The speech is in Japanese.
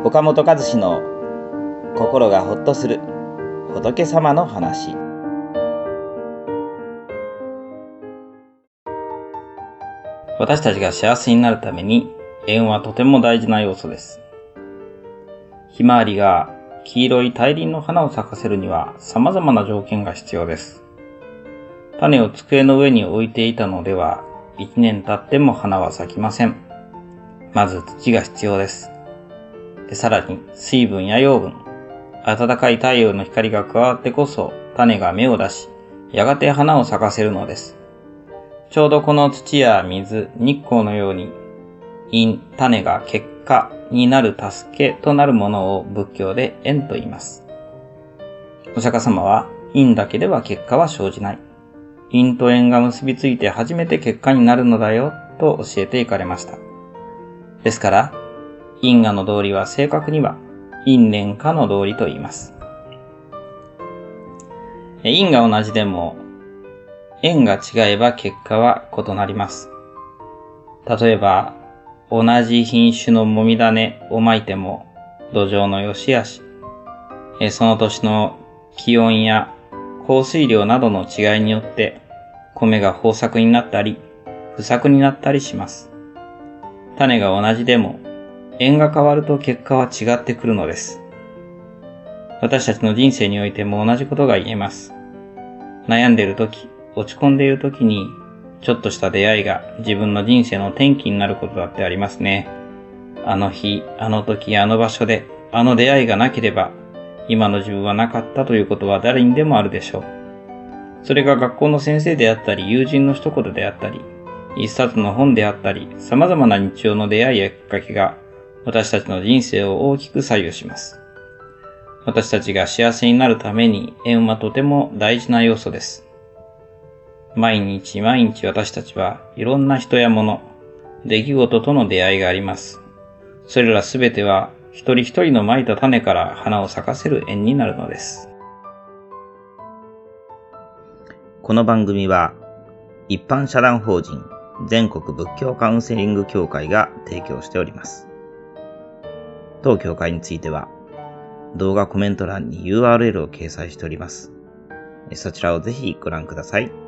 岡本和志の心がほっとする仏様の話。私たちが幸せになるために縁はとても大事な要素です。ひまわりが黄色い大輪の花を咲かせるには様々な条件が必要です。種を机の上に置いていたのでは1年経っても花は咲きません。まず土が必要です。さらに水分や養分、暖かい太陽の光が加わってこそ種が芽を出し、やがて花を咲かせるのです。ちょうどこの土や水、日光のように、因、種が結果になる助けとなるものを仏教で縁と言います。お釈迦様は因だけでは結果は生じない。因と縁が結びついて初めて結果になるのだよと教えていかれました。ですから、因果の道理は正確には因縁果の道理と言います。因が同じでも縁が違えば結果は異なります。例えば同じ品種のもみ種をまいても土壌の良し悪し、その年の気温や降水量などの違いによって米が豊作になったり不作になったりします。種が同じでも縁が変わると結果は違ってくるのです。私たちの人生においても同じことが言えます。悩んでいるとき、落ち込んでいるときに、ちょっとした出会いが自分の人生の転機になることだってありますね。あの日、あの時、あの場所で、あの出会いがなければ、今の自分はなかったということは誰にでもあるでしょう。それが学校の先生であったり、友人の一言であったり、一冊の本であったり、様々な日常の出会いやきっかけが、私たちの人生を大きく左右します。私たちが幸せになるために縁はとても大事な要素です。毎日毎日私たちはいろんな人や物、出来事との出会いがあります。それらすべては一人一人のまいた種から花を咲かせる縁になるのです。この番組は一般社団法人全国仏教カウンセリング協会が提供しております。当協会については動画コメント欄に URL を掲載しております。そちらをぜひご覧ください。